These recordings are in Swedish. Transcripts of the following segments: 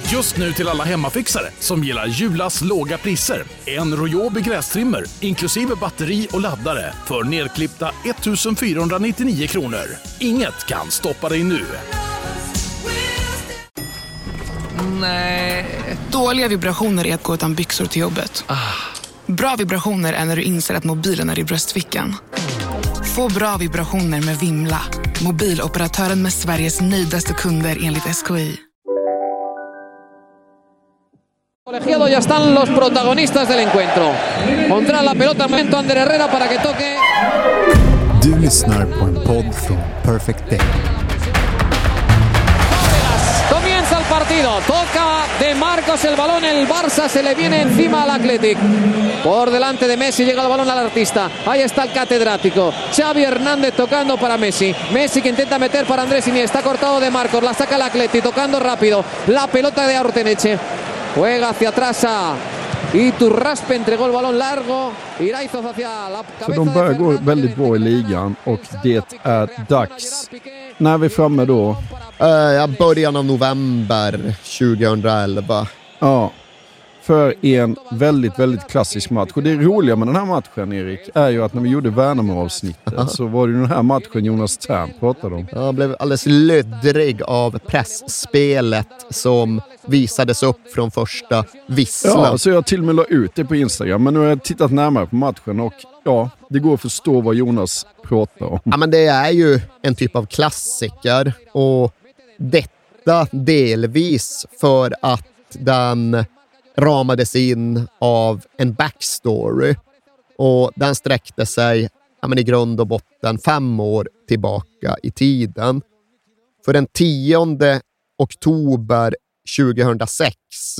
Just nu till alla hemmafixare som gillar Julas låga priser. En Royobi grästrimmer inklusive batteri och laddare för nedklippta 1 499 kronor. Inget kan stoppa dig nu. Nej. Dåliga vibrationer är att gå utan byxor till jobbet. Bra vibrationer är när du inser att mobilen är i bröstfickan. Få bra vibrationer med Vimla. Mobiloperatören med Sveriges nöjdaste kunder enligt SKI. Colegiado, ya están los protagonistas del encuentro. Contra la pelota, momento Ander Herrera para que toque. Du lyssnar på en podd från Perfect Day. Comienza el partido. Toca de Marcos el balón. El Barça se le viene encima al Athletic. Por delante de Messi llega el balón al artista. Ahí está el catedrático. Xavi Hernández tocando para Messi. Messi que intenta meter para Andrés Iniesta. Está cortado de Marcos. La saca el Athletic tocando rápido. La pelota de Orteneche. Juega hacia atrás y Turraspe entregó el balón largo. Iraizoz hacia la cabeza. Så de börjar gå väldigt bra i ligan och det är dags. När är vi framme då? Början av november 2011. Ja, för en väldigt, väldigt klassisk match. Och det roliga med den här matchen, Erik, är ju att när vi gjorde Värnamo-avsnittet så var det ju den här matchen Jonas Tern pratade om. Jag blev alldeles löddrig av pressspelet som visades upp från första visslan. Ja, så jag till och med la ut det på Instagram. Men nu har jag tittat närmare på matchen och ja, det går att förstå vad Jonas pratar om. Ja, men det är ju en typ av klassiker och detta delvis för att den ramades in av en backstory och den sträckte sig i grund och botten 5 år tillbaka i tiden. För den 10 oktober 2006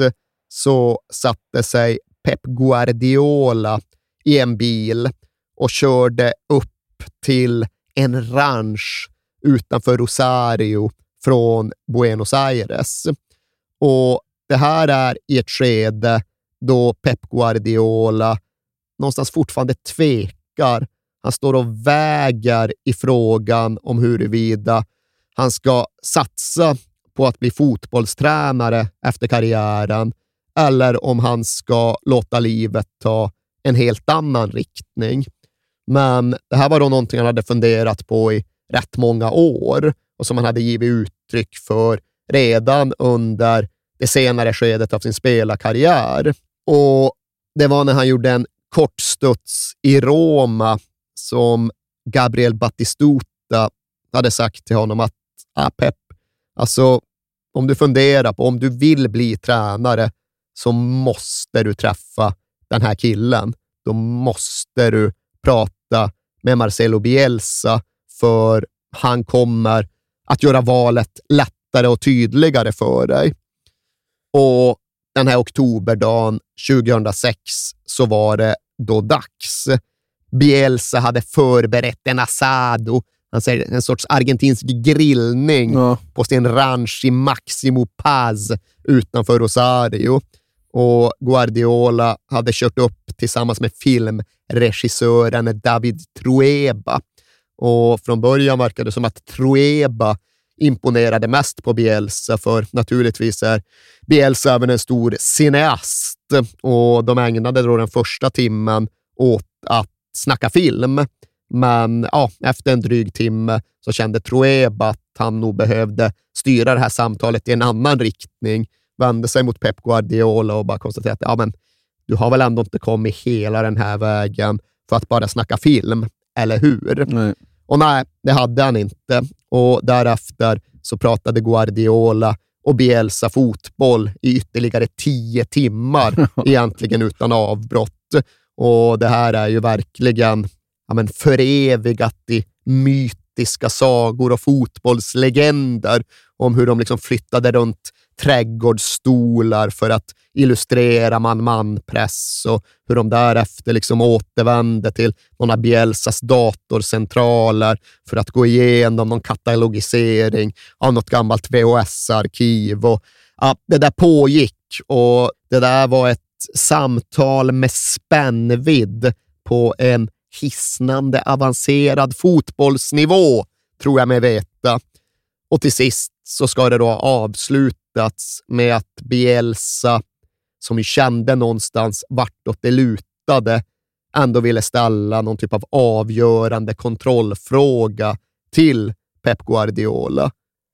så satte sig Pep Guardiola i en bil och körde upp till en ranch utanför Rosario från Buenos Aires. Och det här är i ett skede då Pep Guardiola någonstans fortfarande tvekar. Han står och väger i frågan om huruvida han ska satsa på att bli fotbollstränare efter karriären eller om han ska låta livet ta en helt annan riktning. Men det här var då någonting han hade funderat på i rätt många år och som han hade givit uttryck för redan under det senare skedet av sin spelarkarriär. Och det var när han gjorde en kortstuds i Roma som Gabriel Battistuta hade sagt till honom att Pep, alltså om du funderar på om du vill bli tränare så måste du träffa den här killen. Då måste du prata med Marcelo Bielsa för han kommer att göra valet lättare och tydligare för dig. Och den här oktoberdagen 2006 så var det då dags. Bielsa hade förberett en asado, han säger en sorts argentinsk grillning på sin ranch i Maximo Paz utanför Rosario. Och Guardiola hade kört upp tillsammans med filmregissören David Trueba. Och från början verkade det som att Trueba imponerade mest på Bielsa, för naturligtvis är Bielsa även en stor cineast och de ägnade då den första timmen åt att snacka film. Men ja, efter en dryg timme så kände Trueba att han nog behövde styra det här samtalet i en annan riktning, vände sig mot Pep Guardiola och bara konstaterade att men du har väl ändå inte kommit hela den här vägen för att bara snacka film, eller hur? Nej. Och nej, det hade han inte. Och därefter så pratade Guardiola och Bielsa fotboll i ytterligare 10 timmar egentligen utan avbrott. Och det här är ju verkligen förevigat i mytiska sagor och fotbollslegender om hur de liksom flyttade runt trädgårdsstolar för att illustrera man-man-press och hur de därefter liksom återvände till någon av Bielsas datorcentraler för att gå igenom någon katalogisering av något gammalt VHS-arkiv. Och det där pågick och det där var ett samtal med spännvidd på en hisnande avancerad fotbollsnivå, tror jag mig veta. Och till sist så ska det då avslutas förkniptats med att Bielsa, som ju kände någonstans vartåt det lutade, ändå ville ställa någon typ av avgörande kontrollfråga till Pep Guardiola.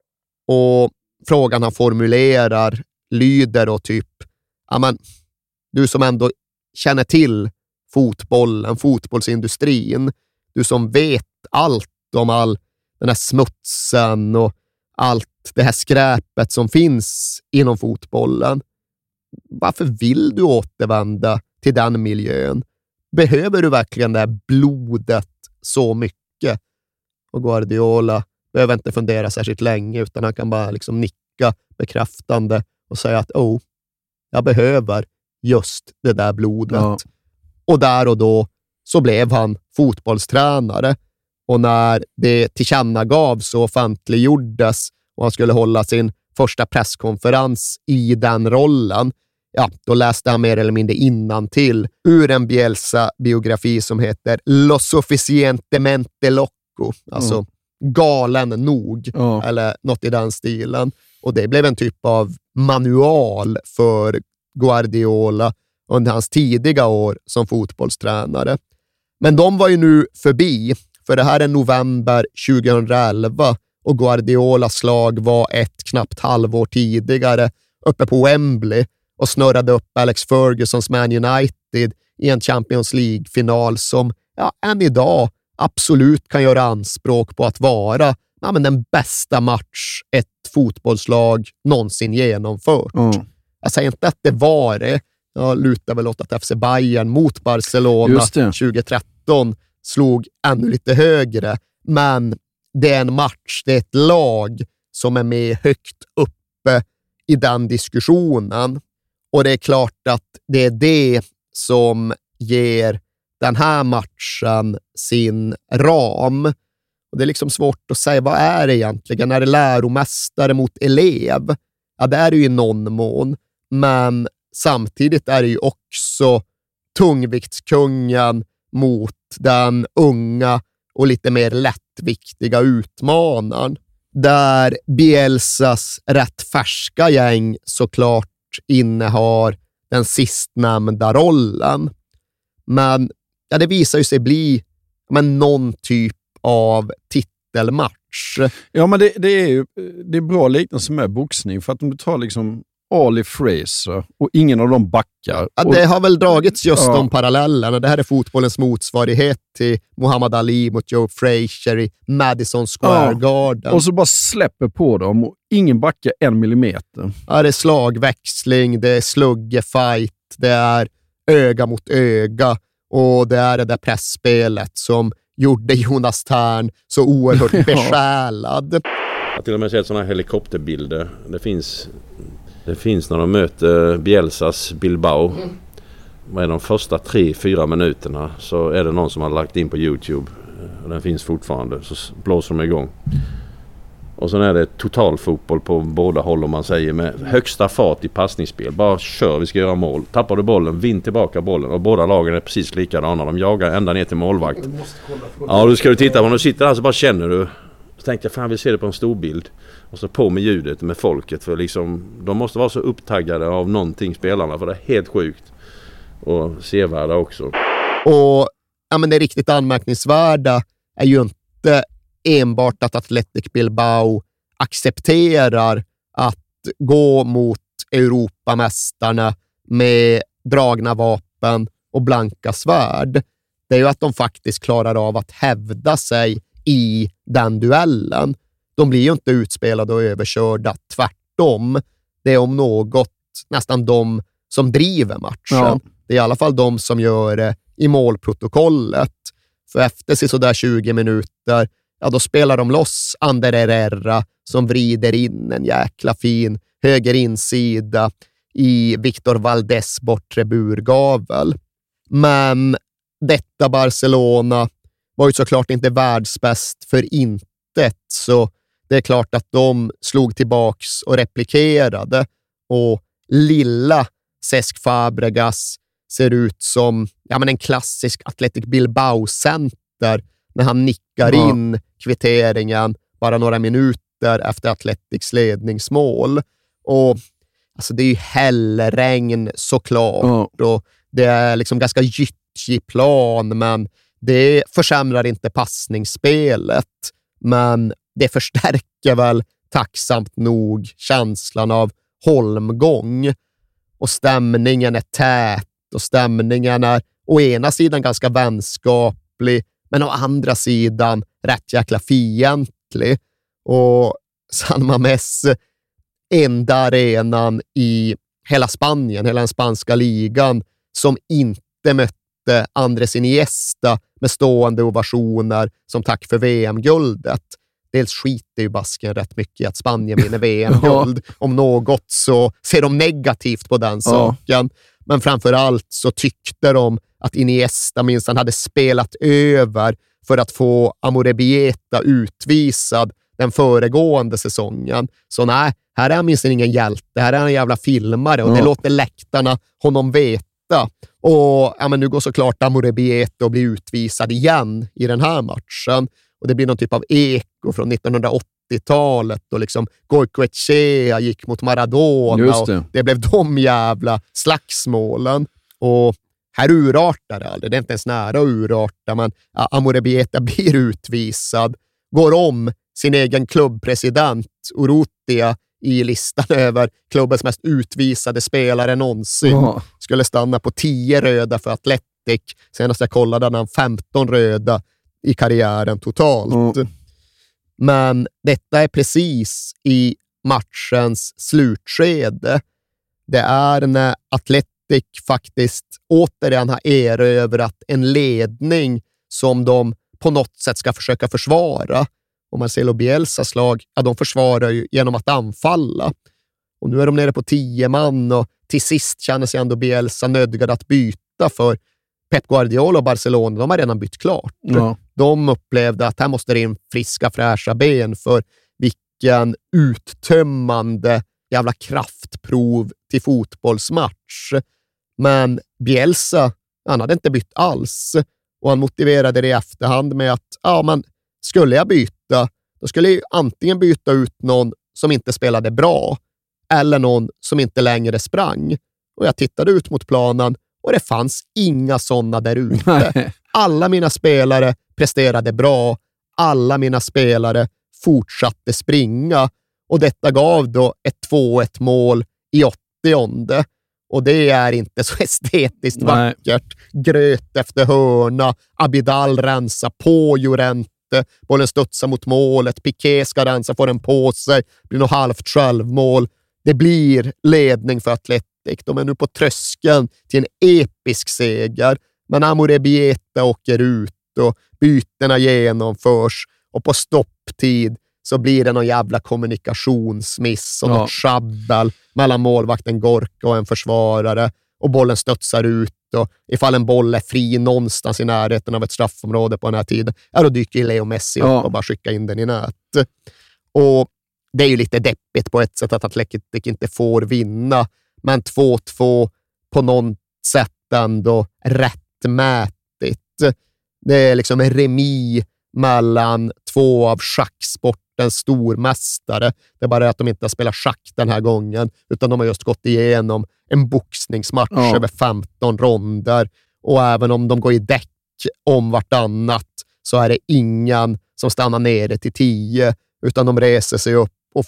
Och frågan han formulerar lyder då typ, men du som ändå känner till fotbollen, fotbollsindustrin, du som vet allt om all den här smutsen och allt det här skräpet som finns inom fotbollen. Varför vill du återvända till den miljön? Behöver du verkligen det här blodet så mycket? Och Guardiola behöver inte fundera särskilt länge, utan han kan bara liksom nicka bekräftande och säga att jag behöver just det där blodet. Ja. Och där och då så blev han fotbollstränare. Och när det tillkännagavs och offentliggjordes och han skulle hålla sin första presskonferens i den rollen, då läste han mer eller mindre innantill ur en Bielsa-biografi som heter Lo Sufficientemente Loco, alltså galen nog, eller något i den stilen. Och det blev en typ av manual för Guardiola under hans tidiga år som fotbollstränare. Men de var ju nu förbi, för det här är november 2011 och Guardiolas lag var ett knappt halvår tidigare uppe på Wembley och snurrade upp Alex Fergusons Man United i en Champions League-final som än idag absolut kan göra anspråk på att vara den bästa match ett fotbollslag någonsin genomfört. Jag säger inte att det var det. Jag lutar väl åt att FC Bayern mot Barcelona 2013 slog ännu lite högre. Men det är en match, det är ett lag som är med högt uppe i den diskussionen. Och det är klart att det är det som ger den här matchen sin ram. Och det är liksom svårt att säga, vad är det egentligen? Är det läromästare mot elev? Ja, det är det ju i någon mån. Men samtidigt är det ju också tungviktskungen mot den unga och lite mer lättviktiga utmanaren. Där Bielsas rätt färska gäng såklart innehar den sistnämnda rollen. Men det visar ju sig bli någon typ av titelmatch. Ja, men det är bra liknelse med boxning, för att om du tar liksom Ali Fraser och ingen av dem backar. Ja, det har väl dragits just de parallellerna. Det här är fotbollens motsvarighet till Muhammad Ali mot Joe Frazier i Madison Square Garden. Och så bara släpper på dem och ingen backar 1 millimeter. Ja, det är slagväxling, det är sluggefight, det är öga mot öga och det är det där pressspelet som gjorde Jonas Thern så oerhört besjälad. Jag har till och med sett sådana helikopterbilder. Det finns när de möter Bielsas Bilbao. Vad är de första 3-4 minuterna så är det någon som har lagt in på YouTube. Och den finns fortfarande. Så blåser de igång. Och sen är det totalfotboll på båda håll, om man säger, med högsta fart i passningsspel. Bara kör, vi ska göra mål. Tappar du bollen, vinn tillbaka bollen. Och båda lagen är precis likadana. De jagar ända ner till målvakt. Ja, då ska du titta. Om du sitter där så bara känner du. Så tänkte jag, fan, vi ser det på en stor bild. Och så på med ljudet med folket. För liksom, de måste vara så upptaggade av någonting, spelarna. För det är helt sjukt. Och sevärda också. Och det riktigt anmärkningsvärda är ju inte enbart att Athletic Bilbao accepterar att gå mot Europamästarna med dragna vapen och blanka svärd. Det är ju att de faktiskt klarar av att hävda sig i den duellen. De blir ju inte utspelade och överkörda. Tvärtom. Det är om något nästan de som driver matchen. Ja. Det är i alla fall de som gör det i målprotokollet. För efter sådär 20 minuter, då spelar de loss Ander Herrera som vrider in en jäkla fin höger insida i Victor Valdés bortre burgavel. Men detta Barcelona var ju såklart inte världsbäst för intet, så det är klart att de slog tillbaks och replikerade, och lilla Cesc Fabregas ser ut som en klassisk Athletic Bilbao-center när han nickar in kvitteringen bara några minuter efter Atletics ledningsmål. Och alltså det är ju hällregn såklart. Och det är liksom ganska gyttjig plan, men det försämrar inte passningsspelet. Men det förstärker väl tacksamt nog känslan av holmgång. Och stämningen är tät och stämningen är å ena sidan ganska vänskaplig, men å andra sidan rätt jäkla fientlig. Och San Mamés, enda arenan i hela Spanien, hela den spanska ligan, som inte mötte Andrés Iniesta med stående ovationer som tack för VM-guldet. Dels skiter ju basken rätt mycket i att Spanien vinner VM-guld. Om något så ser de negativt på den saken. Men framförallt så tyckte de att Iniesta minst han hade spelat över för att få Amorebieta utvisad den föregående säsongen. Så nej, här är han minst ingen hjälte. Här är han en jävla filmare och det låter läktarna honom veta. Och ja, men nu går såklart Amorebieta och blir utvisad igen i den här matchen. Och det blir någon typ av eko från 1980-talet och liksom Goicoechea gick mot Maradona och det blev de jävla slagsmålen. Och här urartar det aldrig. Det är inte ens nära att urarta, men Amorebieta blir utvisad. Går om sin egen klubbpresident Urrutia i listan över klubbens mest utvisade spelare någonsin. Skulle stanna på 10 röda för Athletic. Senast jag kollade hade han 15 röda i karriären totalt. Men detta är precis i matchens slutskede. Det är när Athletic faktiskt återigen har erövrat en ledning som de på något sätt ska försöka försvara. Och Marcelo Bielsas lag, ja, de försvarar ju genom att anfalla. Och nu är de nere på 10 man och till sist känner sig ändå Bielsa nödgad att byta, för Pep Guardiola och Barcelona, de har redan bytt klart. De upplevde att här måste det in friska, fräscha ben, för vilken uttömmande jävla kraftprov till fotbollsmatch. Men Bielsa, han hade inte bytt alls. Och han motiverade det i efterhand med att men skulle jag byta, då skulle jag antingen byta ut någon som inte spelade bra eller någon som inte längre sprang. Och jag tittade ut mot planen och det fanns inga sådana där ute. Alla mina spelare presterade bra. Alla mina spelare fortsatte springa. Och detta gav då ett 2-1 mål i 80:e. Och det är inte så estetiskt vackert. Gröt efter hörna. Abidal rensa på Llorente. Bollen studsar mot målet. Piqué ska rensa, får den på sig. Blir nog halvt självmål. Det blir ledning för Athletic. De är nu på tröskeln till en episk seger. Men Amorebieta åker ut och bytena genomförs. Och på stopptid så blir det någon jävla kommunikationsmiss och något schabbel mellan målvakten Gorka och en försvarare. Och bollen studsar ut. Och ifall en boll är fri någonstans i närheten av ett straffområde på den här tiden, då dyker Leo Messi upp och bara skickar in den i nät. Och det är ju lite deppigt på ett sätt att Athletic inte får vinna. Men 2-2 på något sätt ändå rättmätigt. Det är liksom en remis mellan två av schacksportens stormästare. Det är bara att de inte har spelat schack den här gången, utan de har just gått igenom en boxningsmatch över 15 ronder. Och även om de går i däck om vartannat så är det ingen som stannar nere till 10, utan de reser sig upp och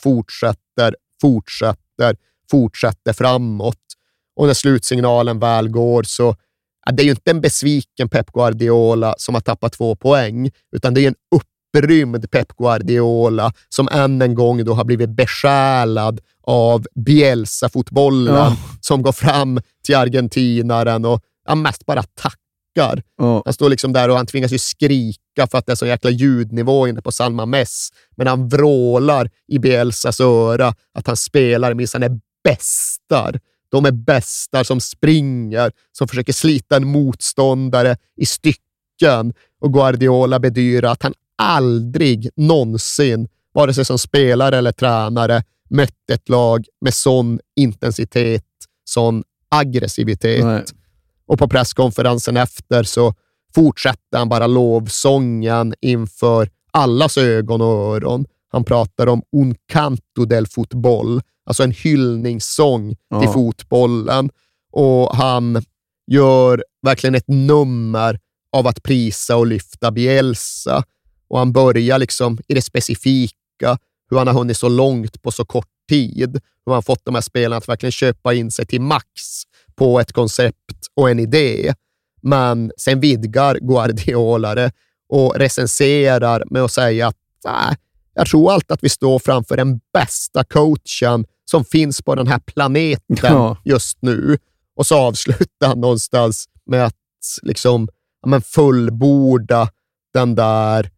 fortsätter framåt. Och när slutsignalen väl går så det är ju inte en besviken Pep Guardiola som har tappat 2 poäng, utan det är en upprymd Pep Guardiola som än en gång då har blivit besjälad av Bielsa-fotbollen som går fram till argentinaren och mest bara tackar. Han står liksom där och han tvingas ju skrika för att det är så jäkla ljudnivå inne på San Mamés, men han vrålar i Bielsas öra att han spelar minst han är bästar. De är bästar som springer, som försöker slita en motståndare i stycken, och Guardiola bedyrar att han aldrig någonsin, vare sig som spelare eller tränare, mött ett lag med sån intensitet, sån aggressivitet. Nej. Och på presskonferensen efter så fortsätter han bara lovsången inför allas ögon och öron. Han pratar om un canto del fotboll, Alltså en hyllningssång till fotbollen. Och han gör verkligen ett nummer av att prisa och lyfta Bielsa. Och han börjar liksom i det specifika, hur han har hunnit så långt på så kort tid. Hur han har fått de här spelarna att verkligen köpa in sig till max på ett koncept och en idé. Men sen vidgar Guardiola det och recenserar med att säga att jag tror alltid att vi står framför den bästa coachen som finns på den här planeten just nu. Och så avslutar han någonstans med att liksom, fullborda den där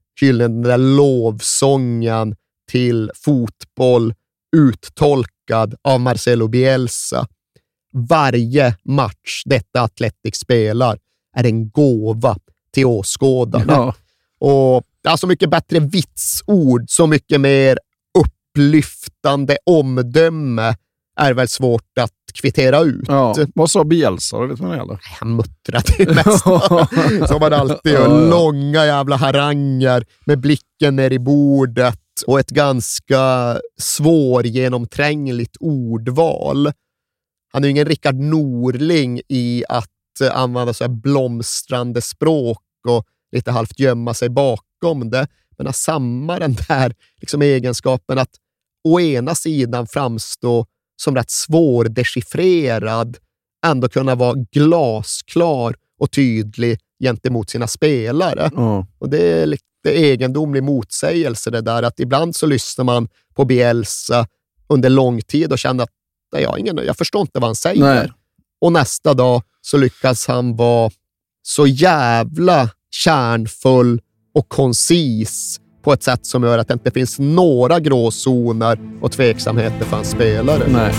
lovsången till fotboll uttolkad av Marcelo Bielsa. Varje match detta Athletic spelar är en gåva till åskådarna. Ja. Och så mycket bättre vitsord, så mycket mer upplyftande omdöme är väl svårt att kvittera ut. Ja. Vad sa Bielsa? Vet man eller? Han muttrade mest. Som man alltid gör. Långa jävla haranger med blicken ner i bordet och ett ganska svårgenomträngligt ordval. Han är ju ingen Rickard Norling i att använda så här blomstrande språk och lite halvt gömma sig bakom det. Men har samma den där liksom egenskapen att å ena sidan framstå som rätt svårdechiffrerad, ändå kunna vara glasklar och tydlig gentemot sina spelare. Och det är lite egendomlig motsägelse det där, att ibland så lyssnar man på Bielsa under lång tid och känner att jag förstår inte vad han säger. Nej. Och nästa dag så lyckas han vara så jävla kärnfull och koncis på ett sätt som gör att det inte finns några gråzoner och tveksamheter för hans spelare. Nej.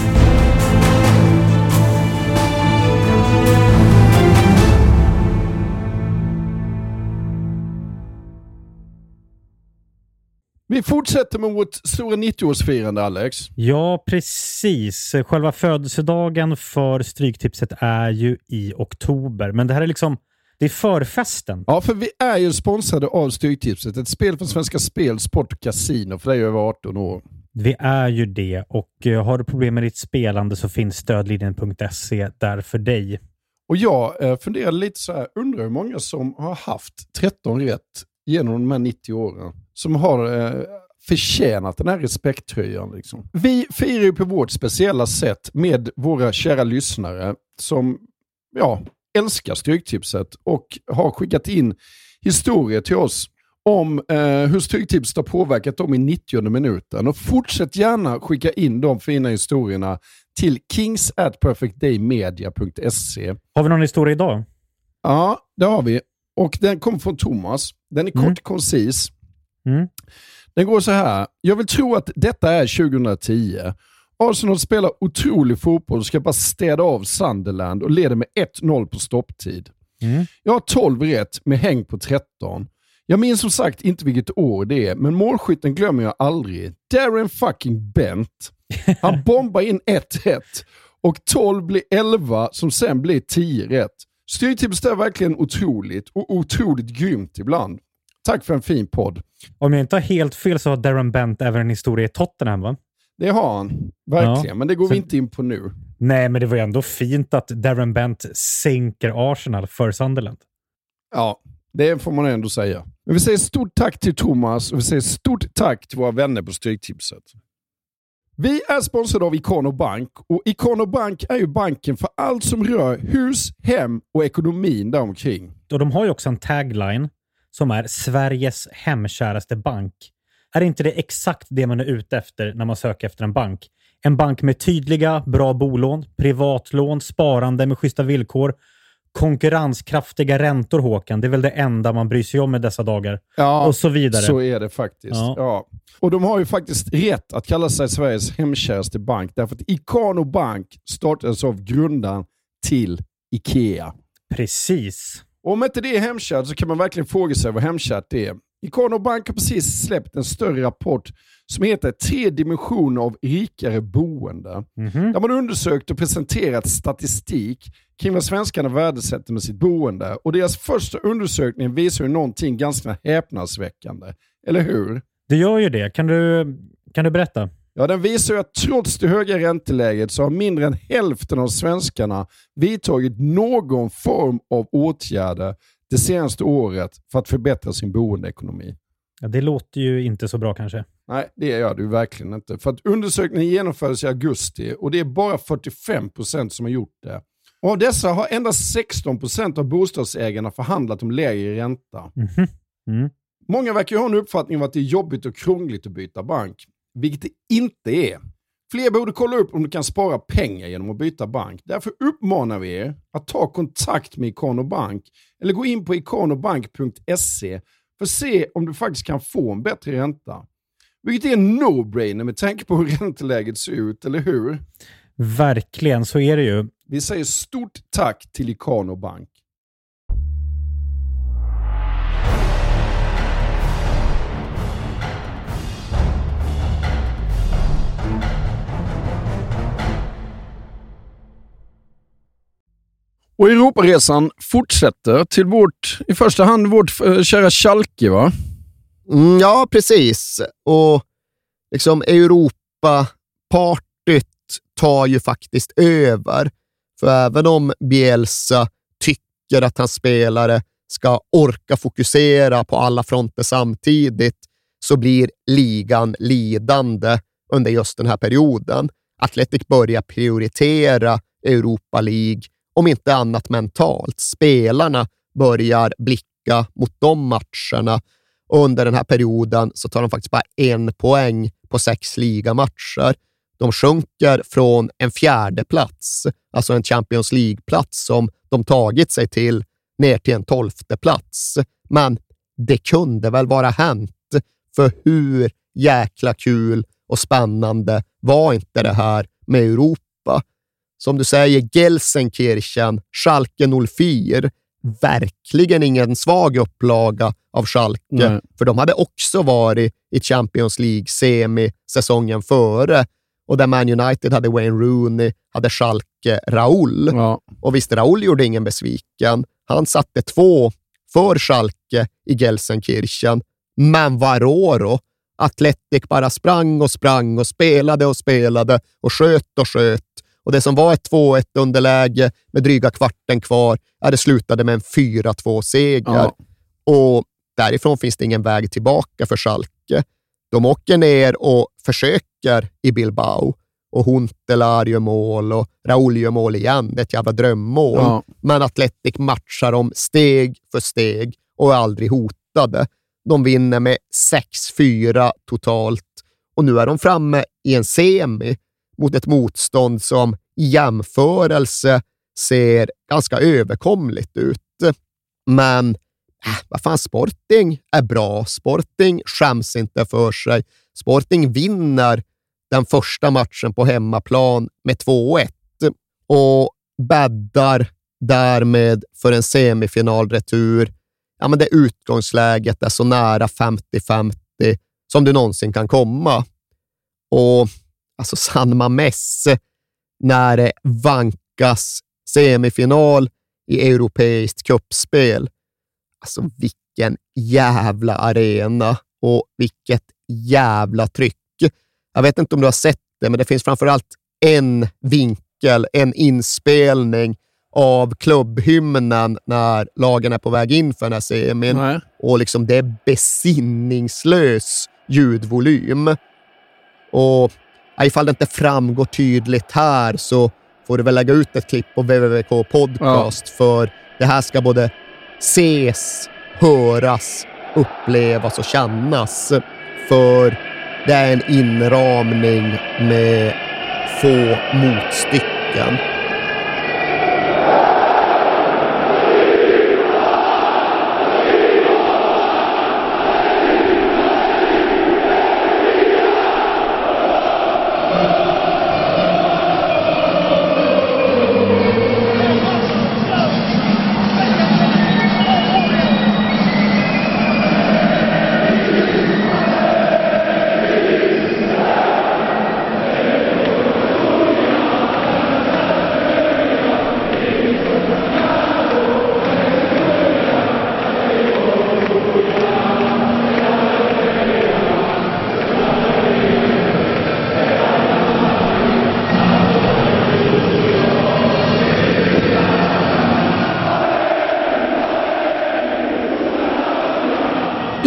Vi fortsätter med vårt stora 90-årsfirande, Alex. Ja, precis. Själva födelsedagen för Stryktipset är ju i oktober. Men det här är liksom, det är förfesten. Ja, för vi är ju sponsrade av Stryktipset. Ett spel från Svenska Spel, Sport och Casino för dig över 18 år. Vi är ju det. Och har du problem med ditt spelande så finns stödlinjen.se där för dig. Och jag funderar lite så här, undrar hur många som har haft 13 rätt genom de här 90 åren. Som har förtjänat den här respekttröjan. Liksom. Vi firar ju på vårt speciella sätt med våra kära lyssnare som älskar Stryktipset och har skickat in historier till oss om hur Stryktipset har påverkat dem i 90:e minuten. Och fortsätt gärna skicka in de fina historierna till kings@perfectdaymedia.se. Har vi någon historia idag? Ja, det har vi. Och den kommer från Thomas. Den är kort koncis. Den går så här. Jag vill tro att detta är 2010. Arsenal spelar otrolig fotboll och ska bara städa av Sunderland och leder med 1-0 på stopptid. Jag har 12 rätt med häng på 13. Jag minns som sagt inte vilket år det är, men målskytten glömmer jag aldrig. Darren fucking Bent. Han bombar in 1 rätt och 12 blir 11 som sen blir 10 rätt. Styrtipset är verkligen otroligt och otroligt grymt ibland. Tack för en fin podd. Om jag inte har helt fel så har Darren Bent även en historia i Tottenham, va? Det har han, verkligen. Ja, men det går vi inte in på nu. Nej, men det var ju ändå fint att Darren Bent sänker Arsenal för Sunderland. Ja, det får man ändå säga. Men vi säger stort tack till Thomas och vi säger stort tack till våra vänner på Stryktipset. Vi är sponsrade av Ikano Bank och Ikano Bank är ju banken för allt som rör hus, hem och ekonomin däromkring. Och de har ju också en tagline som är Sveriges hemkäraste bank. Är inte det exakt det man är ute efter när man söker efter en bank? En bank med tydliga, bra bolån, privatlån, sparande med schyssta villkor, konkurrenskraftiga räntor, Håkan. Det är väl det enda man bryr sig om i dessa dagar. Ja, och så vidare. Så är det faktiskt. Ja. Och de har ju faktiskt rätt att kalla sig Sveriges hemkäraste bank. Därför att Ikano Bank startades av grundaren till Ikea. Precis. Och om inte det är hemkärt så kan man verkligen fråga sig vad hemkärt det är. Ikano Bank har precis släppt en större rapport som heter 3 dimensioner av rikare boende. Där man undersökt och presenterat statistik kring vad svenskarna värdesätter med sitt boende. Och deras första undersökning visar ju någonting ganska häpnadsväckande. Eller hur? Det gör ju det. Kan du berätta? Ja, den visar ju att trots det höga ränteläget så har mindre än hälften av svenskarna vidtagit någon form av åtgärder det senaste året för att förbättra sin boendeekonomi. Ja, det låter ju inte så bra kanske. Nej, det gör det ju verkligen inte. För att undersökningen genomfördes i augusti och det är bara 45% som har gjort det. Och av dessa har endast 16% av bostadsägarna förhandlat om lägre ränta. Många verkar ju ha en uppfattning om att det är jobbigt och krångligt att byta bank. Vilket det inte är. Fler borde kolla upp om du kan spara pengar genom att byta bank. Därför uppmanar vi er att ta kontakt med Ikano Bank eller gå in på ikanobank.se för att se om du faktiskt kan få en bättre ränta. Vilket är en no-brainer med tanke på hur ränteläget ser ut, eller hur? Verkligen, så är det ju. Vi säger stort tack till Ikano Bank. Och Europaresan fortsätter till i första hand vårt kära Schalke, va? Ja, precis. Och liksom Europa-partyt tar ju faktiskt över. För även om Bielsa tycker att hans spelare ska orka fokusera på alla fronter samtidigt så blir ligan lidande under just den här perioden. Athletic börjar prioritera Europa League, om inte annat mentalt. Spelarna börjar blicka mot de matcherna. Och under den här perioden så tar de faktiskt bara 1 poäng på 6 ligamatcher. De sjunker från en 4:e plats, alltså en Champions League-plats som de tagit sig till, ner till en 12:e plats. Men det kunde väl vara hänt, för hur jäkla kul och spännande var inte det här med Europa? Som du säger, Gelsenkirchen, Schalke 04, verkligen ingen svag upplaga av Schalke. Nej. För de hade också varit i Champions League-semi säsongen före. Och där Man United hade Wayne Rooney, hade Schalke Raul. Ja. Och visst, Raul gjorde ingen besviken. Han satte 2 för Schalke i Gelsenkirchen. Men vadå? Athletic bara sprang och spelade och sköt. Och det som var ett 2-1 underläge med dryga kvarten kvar, det slutade med en 4-2-seger. Ja. Och därifrån finns det ingen väg tillbaka för Schalke. De åker ner och försöker i Bilbao. Och Huntelaar gör mål och Raul gör mål igen. Det är ett jävla drömmål. Ja. Men Athletic matchar dem steg för steg och är aldrig hotade. De vinner med 6-4 totalt. Och nu är de framme i en semi mot ett motstånd som i jämförelse ser ganska överkomligt ut. Men vad fan, Sporting är bra. Sporting skäms inte för sig. Sporting vinner den första matchen på hemmaplan med 2-1 och bäddar därmed för en semifinalretur. Ja, men det utgångsläget är så nära 50-50 som du någonsin kan komma. Och alltså San Mamés, när det vankas semifinal i europeiskt cupspel. Alltså vilken jävla arena och vilket jävla tryck. Jag vet inte om du har sett det, men det finns framförallt en vinkel, en inspelning av klubbhymnen när lagen är på väg in för den här semin. Nej. Och liksom det är besinningslös ljudvolym. Och ifall det inte framgår tydligt här så får du väl lägga ut ett klipp på WWK Podcast. Ja. För det här ska både ses, höras, upplevas och kännas. För det är en inramning med få motstycken.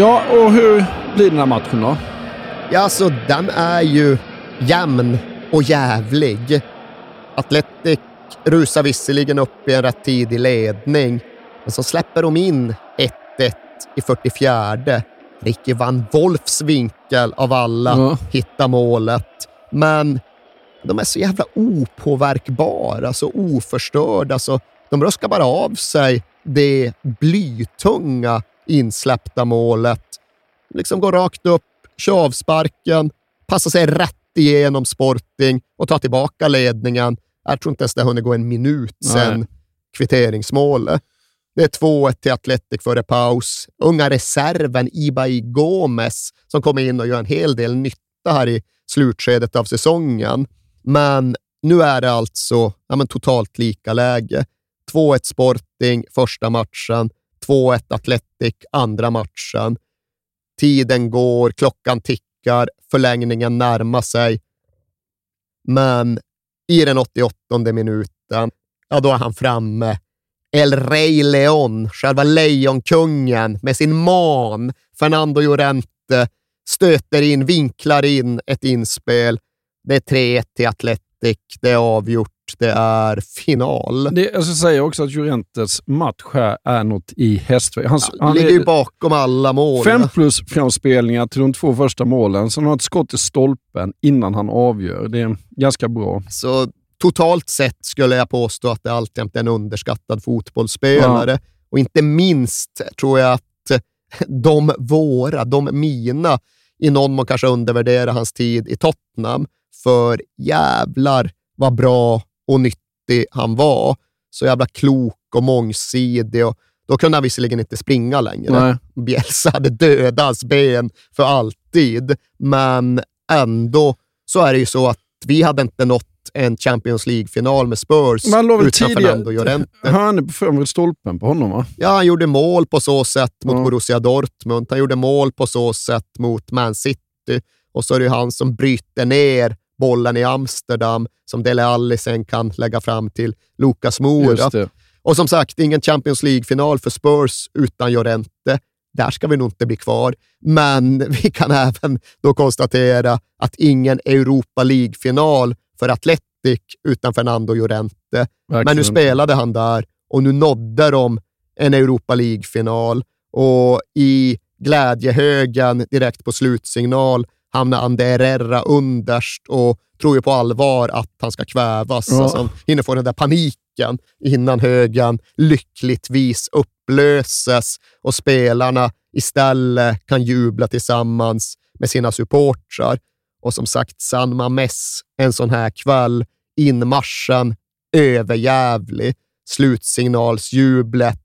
Ja, och hur blir den här matchen då? Ja, så den är ju jämn och jävlig. Athletic rusar visserligen upp i en rätt tidig ledning, men så släpper de in 1-1 i 44. Ricky van Wolfs vinkel av alla hittar målet. Men de är så jävla opåverkbara, så oförstörda, så de röskar bara av sig det blytunga insläppta målet. Liksom går rakt upp, kör avsparken, passar sig rätt igenom Sporting och tar tillbaka ledningen. Jag tror inte ens det hunnit gå en minut sedan kvitteringsmålet. Det är 2-1 till Athletic före paus. Unga reserven Ibai Gomez som kommer in och gör en hel del nytta här i slutskedet av säsongen. Men nu är det alltså totalt lika läge. 2-1 Sporting första matchen, 2-1 Athletic andra matchen. Tiden går, klockan tickar, förlängningen närmar sig. Men i den 88:e minuten, då är han framme. El Rey León, själva lejonkungen med sin man, Fernando Llorente, stöter in, vinklar in ett inspel. Det är 3-1 till Athletic, det är avgjort, det är final. Jag ska säga också att Llorentes match här är något i hästväg. Han ligger ju bakom alla mål. 5+ framspelningar till de 2 första målen, så han har ett skott i stolpen innan han avgör. Det är ganska bra. Så totalt sett skulle jag påstå att det alltjämt är en underskattad fotbollsspelare. Ja. Och inte minst tror jag att de mina, i någon mån kanske undervärdera hans tid i Tottenham. För jävlar vad bra och nyttig han var. Så jävla klok och mångsidig. Och då kunde han visserligen inte springa längre. Nej. Bielsa hade dödat hans ben för alltid. Men ändå så är det ju så att vi hade inte nått en Champions League-final med Spurs utan Fernando Llorente. Han är på främre stolpen på honom, va? Ja, han gjorde mål på så sätt mot Borussia Dortmund. Han gjorde mål på så sätt mot Man City. Och så är det han som bryter ner bollen i Amsterdam som Dele Alli sen kan lägga fram till Lucas Moura. Och som sagt, ingen Champions League-final för Spurs utan Llorente. Där ska vi nog inte bli kvar. Men vi kan även då konstatera att ingen Europa League-final för Athletic utan Fernando Llorente. Verkligen. Men nu spelade han där och nu nådde de en Europa League-final. Och i glädjehögen direkt på slutsignal hamnar Ander Herrera underst och tror ju på allvar att han ska kvävas. Ja. Alltså, han hinner få den där paniken innan högen lyckligtvis upplöses och spelarna istället kan jubla tillsammans med sina supportrar. Och som sagt, San Mamés en sån här kväll, inmarschen överjävlig, slutsignalsjublet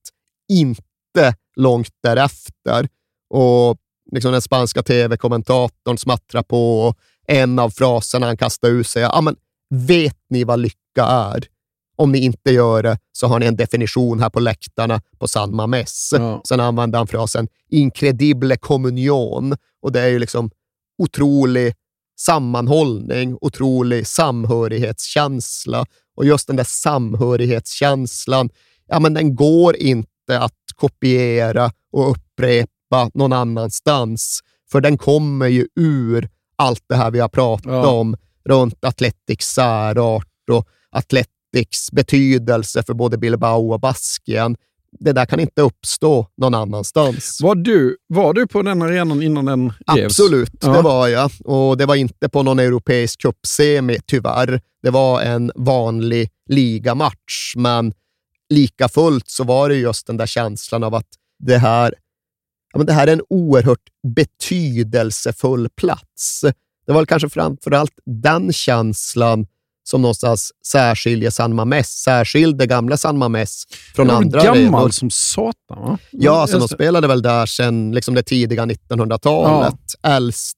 inte långt därefter. Och liksom den spanska tv-kommentatorn smattrar på och en av fraserna han kastar ut sig, men vet ni vad lycka är? Om ni inte gör det så har ni en definition här på läktarna på San Mamés. Ja. Sen använder han frasen incredible communion och det är ju liksom otrolig sammanhållning, otrolig samhörighetskänsla och just den där samhörighetskänslan, men den går inte att kopiera och upprepa någon annanstans, för den kommer ju ur allt det här vi har pratat om runt Atletics särart och Atletics betydelse för både Bilbao och Baskien. Det där kan inte uppstå någon annanstans. Var du på den arenan innan den revs? Absolut, det var jag. Och det var inte på någon europeisk cupsemi, tyvärr. Det var en vanlig ligamatch, men lika fullt så var det just den där känslan av att det här är en oerhört betydelsefull plats. Det var kanske framförallt den känslan som någonstans särskiljer San Mamés, särskilde gamla San Mamés från andra arenor. Gammal som satan, va? Ja, så de spelade väl där sedan liksom det tidiga 1900-talet. Ja.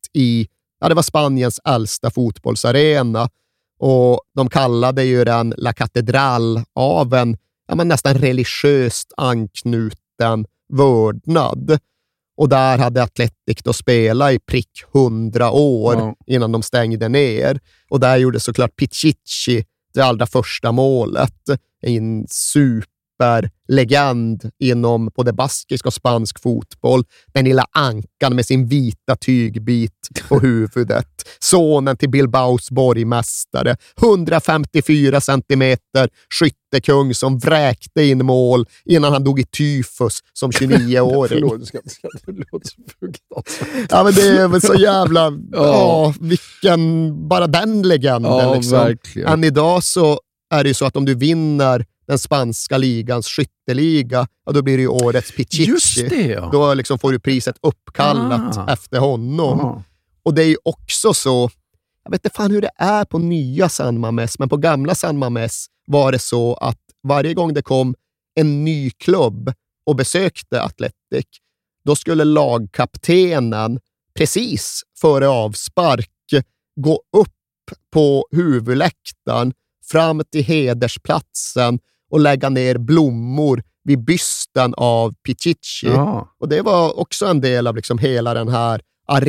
Det var Spaniens äldsta fotbollsarena. Och de kallade ju den La Catedral av en nästan religiöst anknuten vördnad. Och där hade Athletic då spelat i prick 100 år innan de stängde ner. Och där gjorde såklart Pichichi det allra första målet. En superlegend inom både baskisk och spansk fotboll. Den lilla ankan med sin vita tygbit på huvudet. Sonen till Bilbaos borgmästare. 154 centimeter skyttekung som vräkte in mål innan han dog i tyfus som 29-åring. Ja, men det är väl så jävla... bara den legenden. Ja, liksom. verkligen. Än idag så är det ju så att om du vinner den spanska ligans skytteliga, då blir det ju årets Pichichi. Just det, ja. Då liksom får du priset uppkallat efter honom. Och det är ju också så, jag vet inte fan hur det är på nya San Mamés, men på gamla San Mamés var det så att varje gång det kom en ny klubb och besökte Athletic, då skulle lagkaptenen precis före avspark gå upp på huvudläktaren fram till hedersplatsen och lägga ner blommor vid bysten av Pichichi. Ja. Och det var också en del av liksom hela den här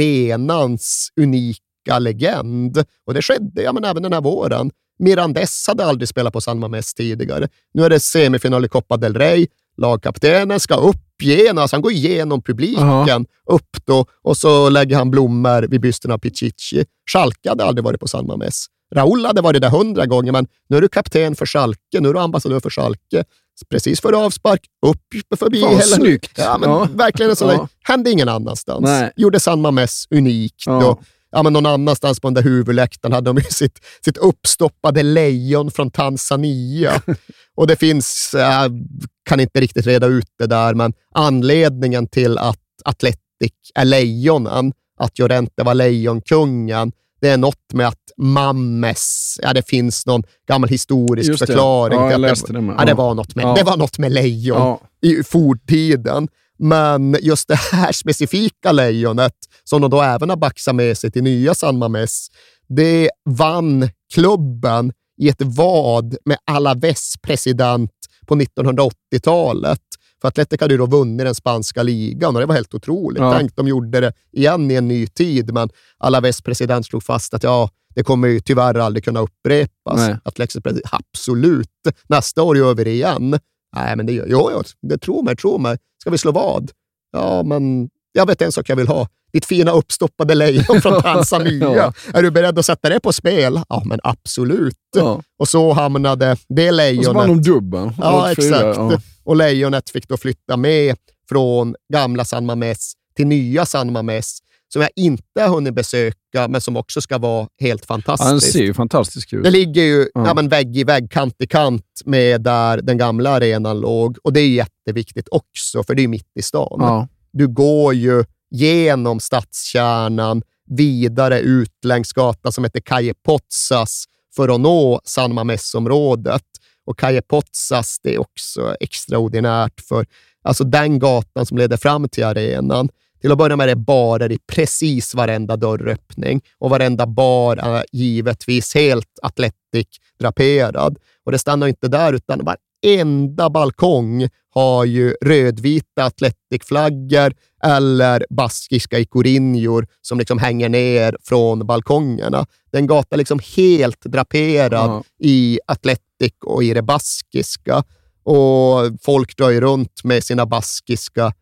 arenans unika legend. Och det skedde även den här våren. Mirandes hade aldrig spelat på San Mamés tidigare. Nu är det semifinal i Copa del Rey. Lagkaptenen ska upp igenom, alltså han går igenom publiken upp då, och så lägger han blommor vid bysten av Pichichi. Schalke hade aldrig varit på San Mamés. Raúl hade varit där 100 gånger, men nu är du kapten för Schalke, nu är du ambassadör för Schalke. Precis före avspark, upp förbi hela... Snyggt. Ja, men verkligen så där, hände ingen annanstans. Nej. Gjorde San Mamés unikt då. Ja, men någon annanstans på den där huvudläktaren hade de ju sitt uppstoppade lejon från Tanzania. Och det finns, jag kan inte riktigt reda ut det där, men anledningen till att Athletic är lejonen, att Llorente var lejonkungen, det är något med att Mammes, det finns någon gammal historisk förklaring. Ja, jag läste det. Det var något med lejon i forntiden. Men just det här specifika lejonet, som de då även har baxat med sig till nya San Mamés, det vann klubben i ett vad med Alaves president på 1980-talet. För Athletic hade ju då vunnit den spanska ligan och det var helt otroligt. Tänk, de gjorde det igen i en ny tid, men Alaves president slog fast att det kommer ju tyvärr aldrig kunna upprepas. Athletic president, absolut. Nästa år gör vi det igen. Nej, men det gör det. Tro mig. Ska vi slå vad? Ja, men jag vet en sak jag vill ha. Ditt fina uppstoppade lejon från Tanzania. Är du beredd att sätta det på spel? Ja, men absolut. Och så hamnade det lejonet... Och så var de dubben. Ja, exakt. Och lejonet fick då flytta med från gamla San Mamés till nya San Mamés, som jag inte har hunnit besöka, men som också ska vara helt fantastiskt. Ja, den ser ju fantastisk ut. Det ligger ju vägg i vägg, kant i kant med där den gamla arenan låg. Och det är jätteviktigt också, för det är mitt i stan. Ja. Du går ju genom stadskärnan, vidare ut längs gatan som heter Calle Pozzas för att nå San Mamés-området. Och Calle Pozzas, det är också extraordinärt, för alltså den gatan som leder fram till arenan. Till att börja med är det barer i precis varenda dörröppning, och varenda bar är givetvis helt Athletic-draperad. Och det stannar inte där, utan varenda balkong har ju rödvita Athletic-flaggor eller baskiska ikorinjor som liksom hänger ner från balkongerna. Den gatan är liksom helt draperad i Athletic och i det baskiska. Och folk drar ju runt med sina baskiska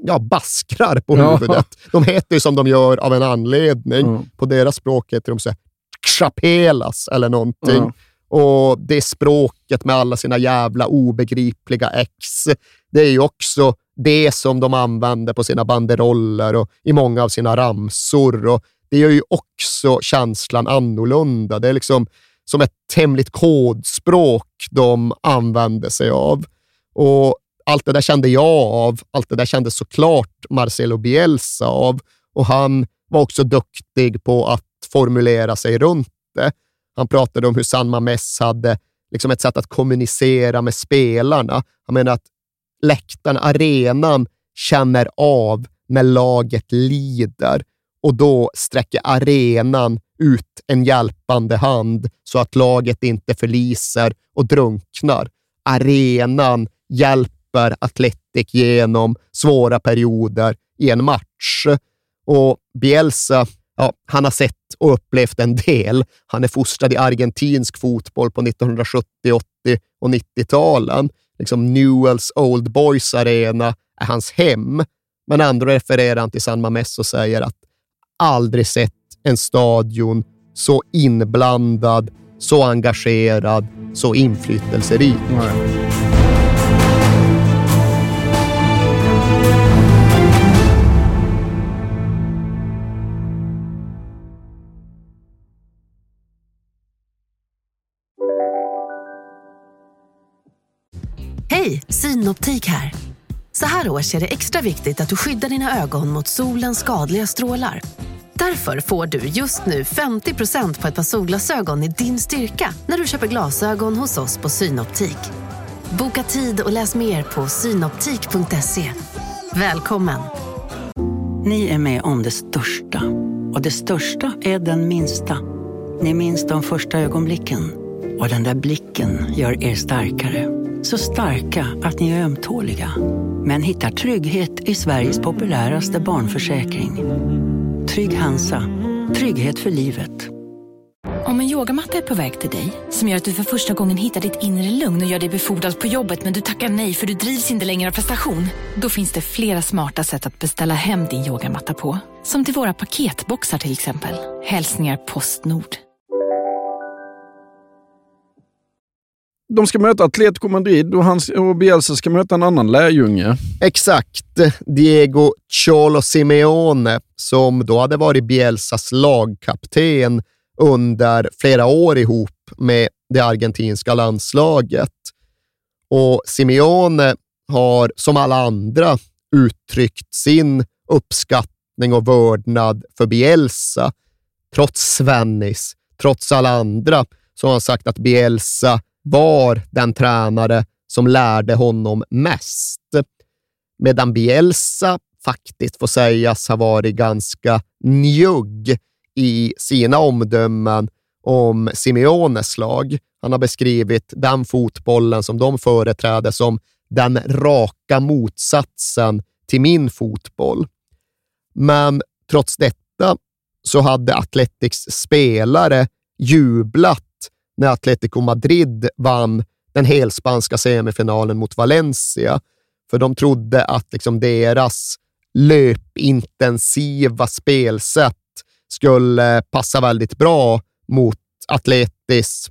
baskrar på huvudet. De heter ju som de gör av en anledning. På deras språk heter de så här chapelas eller någonting. Och det språket med alla sina jävla obegripliga ex, det är ju också det som de använder på sina banderoller och i många av sina ramsor. Och det gör ju också känslan annorlunda. Det är liksom som ett hemligt kodspråk de använder sig av. Och allt det där kände jag av. Allt det där kände såklart Marcelo Bielsa av. Och han var också duktig på att formulera sig runt det. Han pratade om hur San Mamés hade liksom ett sätt att kommunicera med spelarna. Han menar att läktaren, arenan, känner av när laget lider. Och då sträcker arenan ut en hjälpande hand så att laget inte förliser och drunknar. Arenan hjälper Athletic genom svåra perioder i en match. Och Bielsa, han har sett och upplevt en del. Han är fostrad i argentinsk fotboll på 1970-, 80- och 90-talen. liksom Newells Old Boys Arena är hans hem. Men ändå refererar han till San Mamés och säger att aldrig sett en stadion så inblandad, så engagerad, så inflytelserik. Hej, Synoptik här. Så här års är det extra viktigt att du skyddar dina ögon mot solens skadliga strålar. Därför får du just nu 50% på ett par solglasögon i din styrka när du köper glasögon hos oss på Synoptik. Boka tid och läs mer på synoptik.se. Välkommen! Ni är med om det största. Och det största är den minsta. Ni minns de första ögonblicken. Och den där blicken gör er starkare. Så starka att ni är ömtåliga. Men hittar trygghet i Sveriges populäraste barnförsäkring. Trygg Hansa. Trygghet för livet. Om en yogamatta är på väg till dig, som gör att du för första gången hittar ditt inre lugn och gör dig befordrad på jobbet, men du tackar nej för du drivs inte längre av prestation. Då finns det flera smarta sätt att beställa hem din yogamatta på. Som till våra paketboxar till exempel. Hälsningar Postnord. De ska möta Atletico Madrid och Bielsa ska möta en annan lärjunge. Exakt. Diego Cholo Simeone, som då hade varit Bielsas lagkapten under flera år ihop med det argentinska landslaget. Och Simeone har som alla andra uttryckt sin uppskattning och vördnad för Bielsa. Trots Svennis, trots alla andra, så har han sagt att Bielsa var den tränare som lärde honom mest. Medan Bielsa faktiskt får sägas ha varit ganska njugg i sina omdömen om Simeones lag. Han har beskrivit den fotbollen som de företräder som den raka motsatsen till min fotboll. Men trots detta så hade Atletics spelare jublat när Atletico Madrid vann den helspanska semifinalen mot Valencia. För de trodde att liksom deras löpintensiva spelsätt skulle passa väldigt bra mot Atletis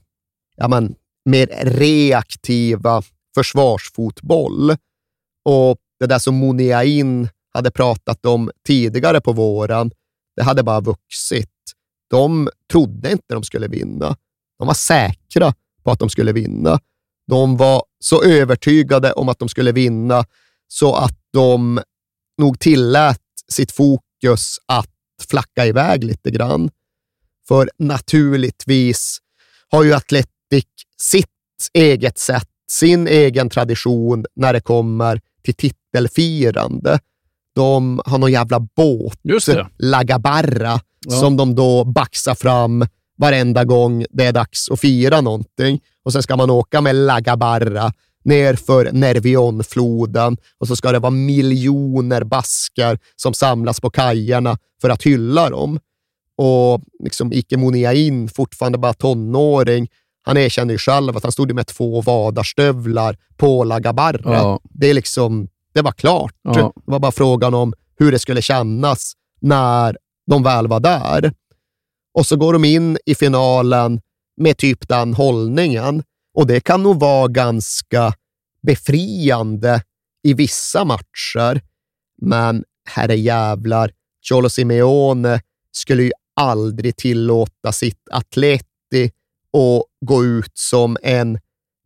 mer reaktiva försvarsfotboll. Och det där som Muniain hade pratat om tidigare på våren, det hade bara vuxit. De trodde inte de skulle vinna. De var säkra på att de skulle vinna. De var så övertygade om att de skulle vinna så att de nog tillät sitt fokus att flacka iväg lite grann. För naturligtvis har ju Atletic sitt eget sätt, sin egen tradition när det kommer till titelfirande. De har någon jävla båt, La Gabarra, som de då baxar fram varenda gång det är dags att fira någonting. Och sen ska man åka med La Gabarra ner för Nervionfloden och så ska det vara miljoner baskar som samlas på kajerna för att hylla dem. Och liksom Ike Muniain, fortfarande bara tonåring, han erkänner ju själv att han stod med 2 vadarstövlar på La Gabarra. Ja. Det var klart. Ja. Det var bara frågan om hur det skulle kännas när de väl var där. Och så går de in i finalen med typ den hållningen. Och det kan nog vara ganska befriande i vissa matcher. Men herrejävlar, Cholo Simeone skulle ju aldrig tillåta sitt Atleti att gå ut som en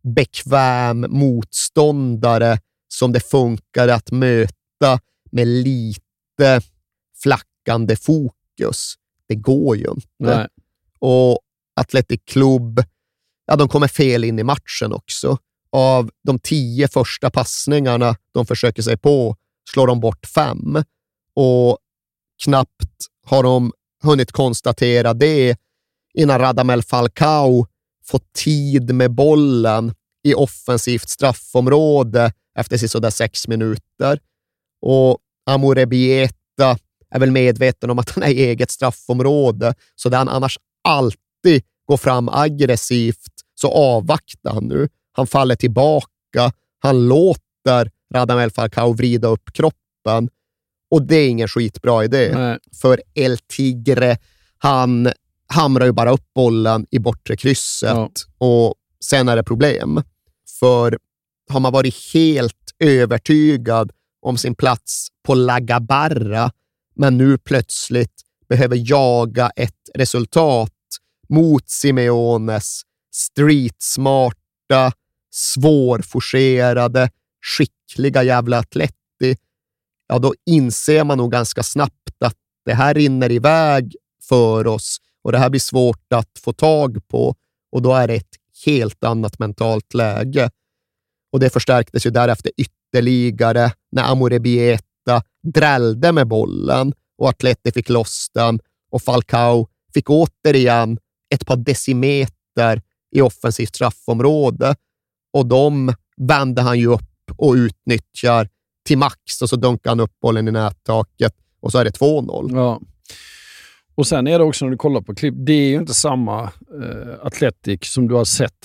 bekväm motståndare som det funkar att möta med lite flackande fokus. Det går ju inte. Nej. Och Athletic Club, de kommer fel in i matchen också. Av de 10 första passningarna de försöker sig på slår de bort 5. Och knappt har de hunnit konstatera det innan Radamel Falcao får tid med bollen i offensivt straffområde efter sådär 6 minuter. Och Amore Bieta är väl medveten om att han är i eget straffområde, så där han annars alltid går fram aggressivt så avvaktar han nu. Han faller tillbaka, Han låter Radamel Falcao vrida upp kroppen och det är ingen skitbra idé. Nej. För El Tigre, han hamrar ju bara upp bollen i bortre krysset och sen är det problem. För har man varit helt övertygad om sin plats på La Gabarra men nu plötsligt behöver jaga ett resultat mot Simeones streetsmarta, svårforcerade, skickliga jävla Atleti, ja då inser man nog ganska snabbt att det här rinner iväg för oss och det här blir svårt att få tag på och då är det ett helt annat mentalt läge. Och det förstärktes ju därefter ytterligare när Amorebieta drällde med bollen och Atleti fick loss den och Falcao fick återigen ett par decimeter i offensivt straffområde och de vände han ju upp och utnyttjar till max och så dunkar han upp bollen i nättaket och så är det 2-0. Ja. Och sen är det också när du kollar på klipp, det är ju inte samma Athletic som du har sett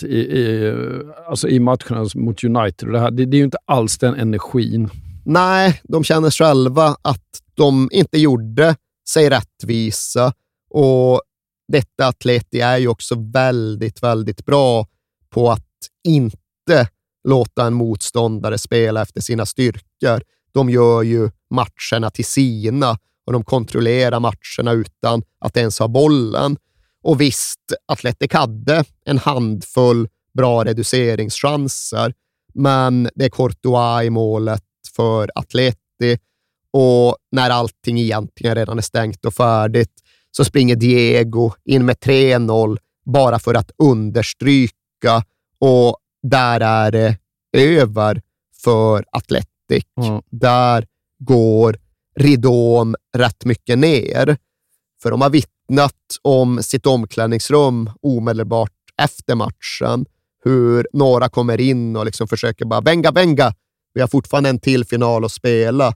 i matcherna mot United. Det är ju inte alls den energin. Nej, de känner själva att de inte gjorde sig rättvisa och detta Atleti är ju också väldigt, väldigt bra på att inte låta en motståndare spela efter sina styrkor. De gör ju matcherna till sina och de kontrollerar matcherna utan att ens ha bollen. Och visst, Athletic hade en handfull bra reduceringschanser, men det är Courtois i målet för Atleti och när allting egentligen redan är stängt och färdigt så springer Diego in med 3-0 bara för att understryka och där är det över för Athletic. Där går ridån rätt mycket ner. För de har vittnat om sitt omklädningsrum omedelbart efter matchen. Hur några kommer in och liksom försöker bara venga. Vi har fortfarande en till final att spela.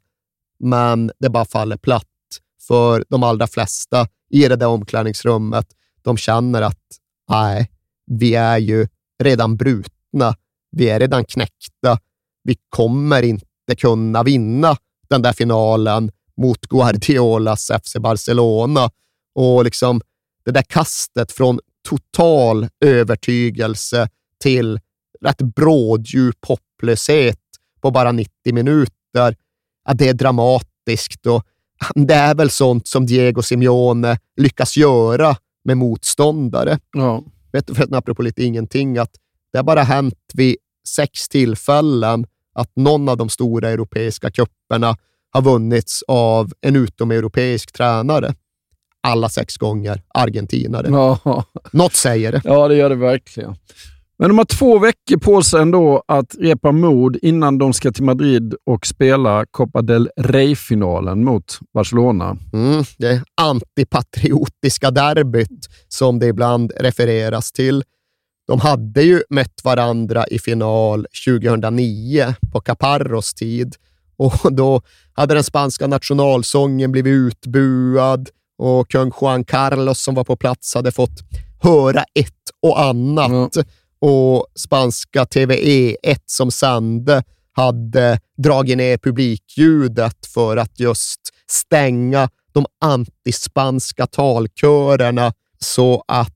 Men det bara faller platt. För de allra flesta i det där omklädningsrummet, de känner att nej, vi är ju redan brutna. Vi är redan knäckta. Vi kommer inte kunna vinna den där finalen mot Guardiolas FC Barcelona. Och liksom det där kastet från total övertygelse till rätt bråddjup hopplöshet på bara 90 minuter. Ja, det är dramatiskt och det är väl sånt som Diego Simeone lyckas göra med motståndare. Ja. Vet du, för apropå lite ingenting, att det har bara hänt vid 6 tillfällen att någon av de stora europeiska cuperna har vunnits av en utomeuropeisk tränare. Alla 6 gånger argentinare. Ja. Något säger det. Ja, det gör det verkligen. Men de har 2 veckor på sig ändå att repa mod innan de ska till Madrid och spela Copa del Rey-finalen mot Barcelona. Det antipatriotiska derbyt som det ibland refereras till. De hade ju mött varandra i final 2009 på Caparros tid och då hade den spanska nationalsången blivit utbuad och kung Juan Carlos som var på plats hade fått höra ett och annat. Och spanska TVE1 som sände hade dragit ner publikljudet för att just stänga de antispanska talkörerna så att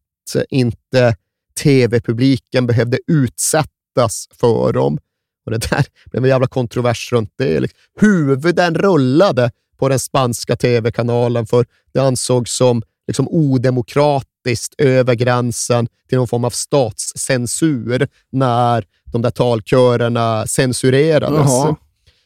inte tv-publiken behövde utsättas för dem. Och det där blev en jävla kontrovers runt det. Huvuden rullade på den spanska tv-kanalen för det ansågs som liksom odemokratiskt över gränsen till någon form av statscensur när de där talkörerna censurerades. Jaha.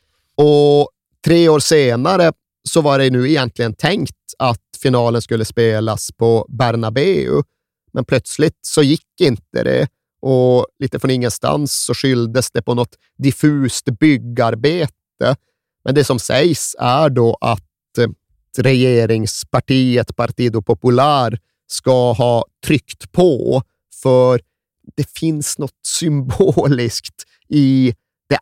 Och 3 år senare så var det nu egentligen tänkt att finalen skulle spelas på Bernabéu. Men plötsligt så gick inte det och lite från ingenstans så skylldes det på något diffust byggarbete. Men det som sägs är då att regeringspartiet Partido Popular ska ha tryckt på för det finns något symboliskt i det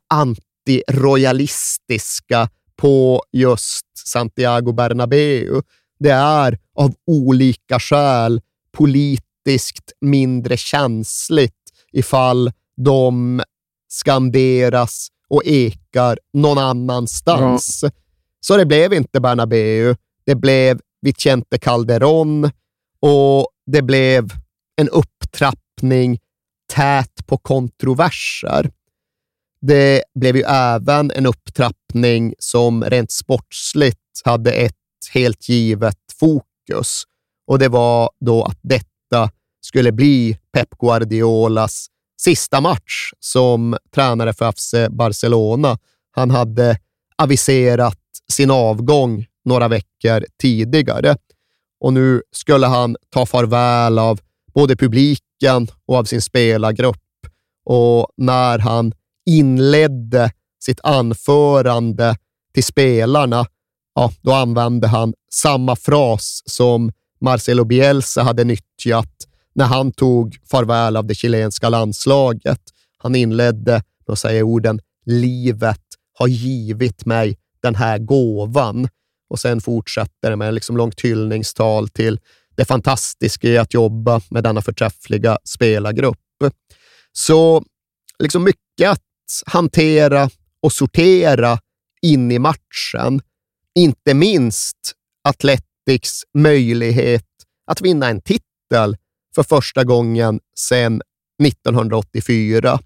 antirojalistiska på just Santiago Bernabéu. Det är av olika skäl politiskt mindre känsligt ifall de skanderas och ekar någon annanstans. Ja. Så det blev inte Bernabéu. Det blev Vicente Calderón och det blev en upptrappning tät på kontroverser. Det blev ju även en upptrappning som rent sportsligt hade ett helt givet fokus. Och det var då att detta skulle bli Pep Guardiolas sista match som tränare för FC Barcelona. Han hade aviserat sin avgång några veckor tidigare. Och nu skulle han ta farväl av både publiken och av sin spelargrupp. Och när han inledde sitt anförande till spelarna, ja, då använde han samma fras som Marcelo Bielsa hade nyttjat när han tog farväl av det chilenska landslaget. Han inledde med att säga orden "Livet har givit mig den här gåvan", och sen fortsätter det med liksom långt hyllningstal till det fantastiska i att jobba med denna förträffliga spelargrupp. Så liksom mycket att hantera och sortera in i matchen. Inte minst Atletics möjlighet att vinna en titel för första gången sedan 1984.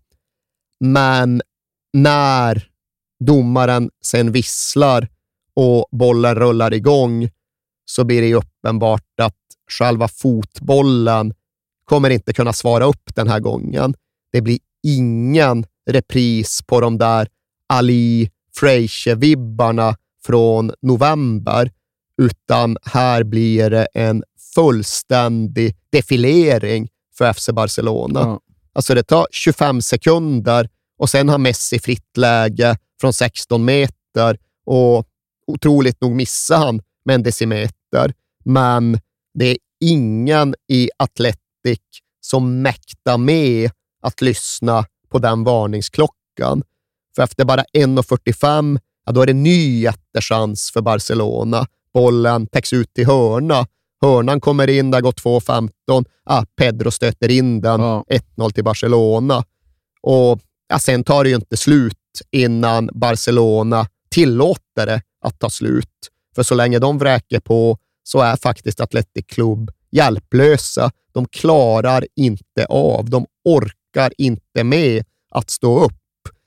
Men när domaren sen visslar och bollen rullar igång så blir det uppenbart att själva fotbollen kommer inte kunna svara upp den här gången. Det blir ingen repris på de där Ali Frazier-vibbarna från november, utan här blir det en fullständig defilering för FC Barcelona. Ja. Alltså det tar 25 sekunder och sen har Messi fritt läge från 16 meter och otroligt nog missar han med en decimeter. Men det är ingen i Athletic som mäktar med att lyssna på den varningsklockan. För efter bara 1:45, ja, då är det ny jättechans för Barcelona. Bollen täcks ut till hörna. Hörnan kommer in, där går 2:15. Pedro stöter in den. 1-0 till Barcelona. Och sen tar det ju inte slut innan Barcelona tillåter det att ta slut. För så länge de vräker på så är faktiskt Athletic Club hjälplösa. De klarar inte av, de orkar inte med att stå upp.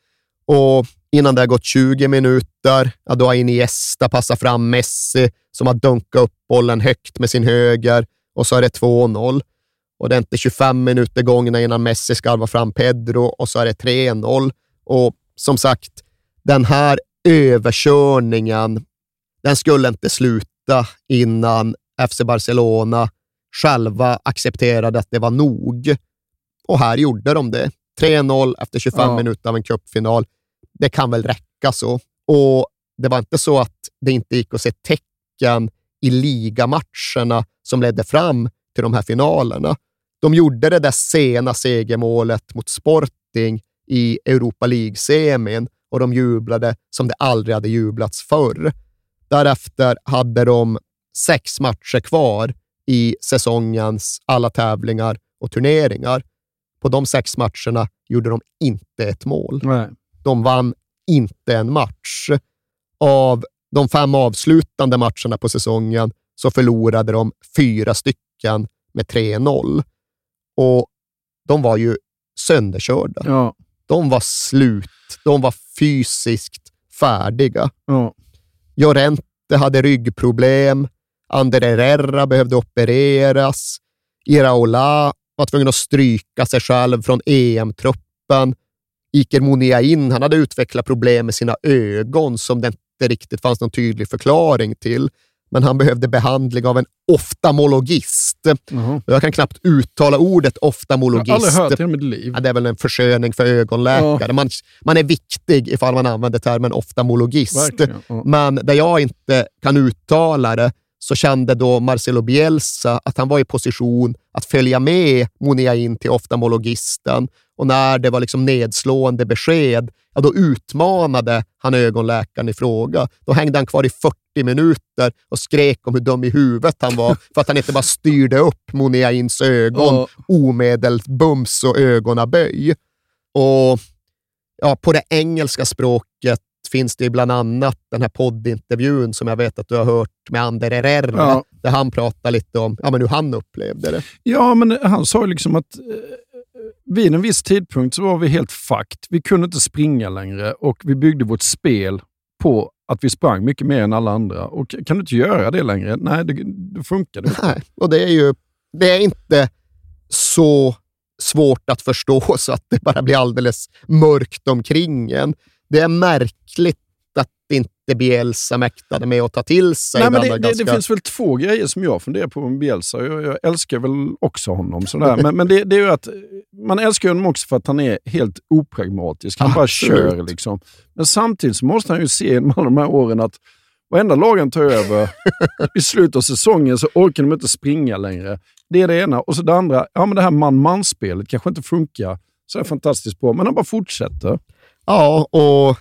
Och innan det har gått 20 minuter, ja, då har Iniesta passat fram Messi som har dunkat upp bollen högt med sin höger och så är det 2-0. Och det är inte 25 minuter gångna innan Messi skarvar fram Pedro och så är det 3-0. Och som sagt, den här överkörningen, den skulle inte sluta innan FC Barcelona själva accepterade att det var nog. Och här gjorde de det. 3-0 efter 25 minuter av en cupfinal. Det kan väl räcka så. Och det var inte så att det inte gick att se tecken i ligamatcherna som ledde fram till de här finalerna. De gjorde det där sena segermålet mot Sporting i Europa League-semin och de jublade som det aldrig hade jublats förr. Därefter hade de 6 matcher kvar i säsongens alla tävlingar och turneringar. På de 6 matcherna gjorde de inte ett mål. Nej. De vann inte en match. Av de 5 avslutande matcherna på säsongen så förlorade de 4 stycken med 3-0. Och de var ju sönderkörda. Ja. De var slut. De var fysiskt färdiga. Ja. Llorente hade ryggproblem. Ander Herrera behövde opereras. Iraola var tvungen att stryka sig själv från EM-truppen. Iker Muniain, han hade utvecklat problem med sina ögon som det inte riktigt fanns någon tydlig förklaring till. Men han behövde behandling av en oftalmologist. Jag kan knappt uttala ordet oftalmologist. Jag har aldrig hört det i mitt liv. Ja, det är väl en försköning för ögonläkare. Man är viktig ifall man använder termen oftalmologist. Men där jag inte kan uttala det så kände då Marcelo Bielsa att han var i position att följa med Muniain till oftalmologisten. Och när det var liksom nedslående besked, ja, då utmanade han ögonläkaren i fråga. Då hängde han kvar i 40 minuter och skrek om hur dum i huvudet han var för att han inte bara styrde upp Muniains ögon omedelbums och ögonaböj. Och på det engelska språket finns det bland annat den här poddintervjun som jag vet att du har hört med Ander Herrera, där han pratar lite om men hur han upplevde det. Ja, men han sa liksom att vid en viss tidpunkt så var vi helt fucked. Vi kunde inte springa längre och vi byggde vårt spel på att vi sprang mycket mer än alla andra. Och kan du inte göra det längre? Nej, det funkar inte. Nej, och det är inte så svårt att förstå så att det bara blir alldeles mörkt omkring en. Det är märkligt att inte Bielsa mäktade med att ta till sig. Nej, men det finns väl 2 grejer som jag funderar på med Bielsa. Jag älskar väl också honom. Sådär. men det är ju att man älskar honom också för att han är helt opragmatisk. Han bara kör liksom. Men samtidigt så måste han ju se med alla de här åren att varenda lagen tar över i slutet av säsongen så orkar de inte springa längre. Det är det ena. Och så det andra, men det här man-man-spelet kanske inte funkar så är fantastiskt bra. Men han bara fortsätter. Ja, och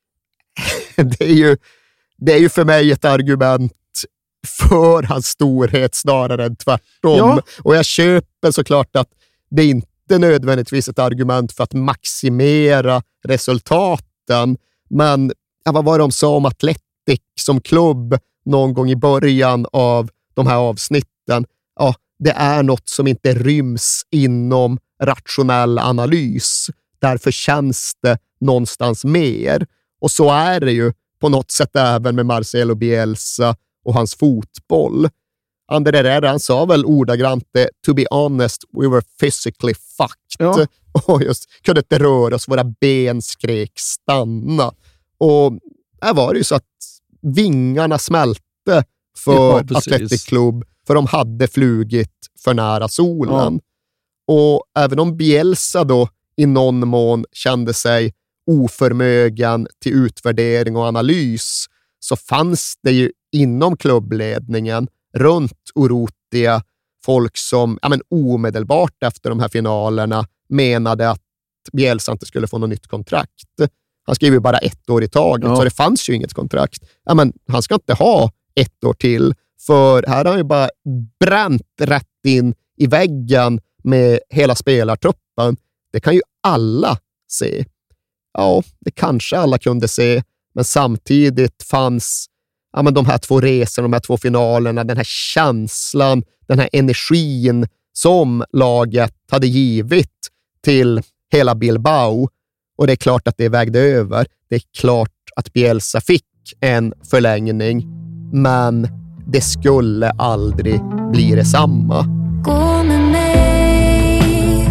det är ju för mig ett argument för hans storhet snarare än tvärtom. Ja. Och jag köper såklart att det inte nödvändigtvis ett argument för att maximera resultaten. Men vad var det de sa om Athletic som klubb någon gång i början av de här avsnitten? Ja, det är något som inte ryms inom rationell analys. Därför känns det någonstans mer. Och så är det ju på något sätt även med Marcelo Bielsa och hans fotboll. Ander Herrera, han sa väl ordagrant det, to be honest, we were physically fucked. Ja. Och just kunde inte röra oss, våra ben skrek stanna. Och här var det ju så att vingarna smälte för Athletic Club, för de hade flugit för nära solen. Ja. Och även om Bielsa då i någon mån kände sig oförmögen till utvärdering och analys, så fanns det ju inom klubbledningen runt Urrutia folk som omedelbart efter de här finalerna menade att Bielsa inte skulle få något nytt kontrakt. Han skrev ju bara 1 år i taget, så det fanns ju inget kontrakt. Han ska inte ha 1 år till, för här har han ju bara bränt rätt in i väggen med hela spelartruppen. Det kan ju alla se. Ja, det kanske alla kunde se, men samtidigt fanns de här 2 resorna, de här 2 finalerna, den här känslan, den här energin som laget hade givit till hela Bilbao. Och det är klart att det vägde över. Det är klart att Bielsa fick en förlängning, men det skulle aldrig bli detsamma. Gå med mig.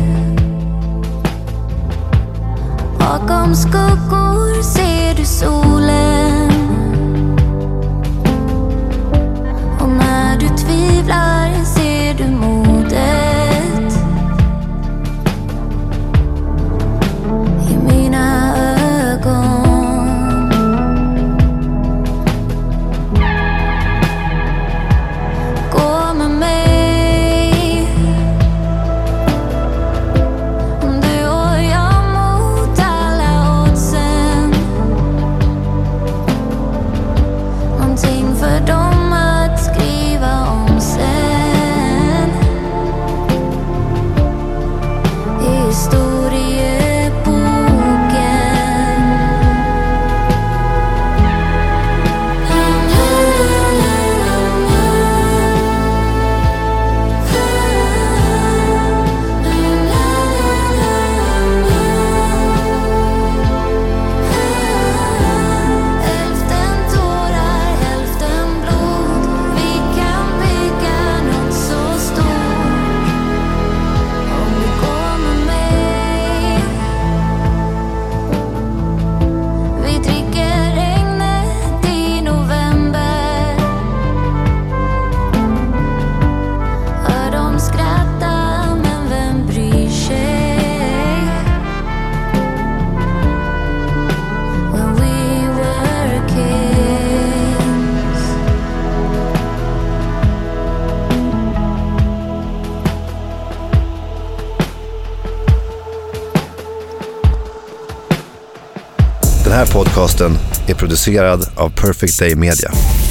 Bakom skuggor ser du solen. Och när du tvivlar ser du modet i mina ögon. Gå med mig. Du och jag mot alla oddsen. Någonting för dem att skriva om sen. I historieboken. Hälften tårar, hälften blod. Vi kan bygga något så stort. Om du går med mig. Vi dricker regnet i november. Hör dem skratta, men vem bryr sig? When we were kids. Den här podcasten är producerad av Perfect Day Media.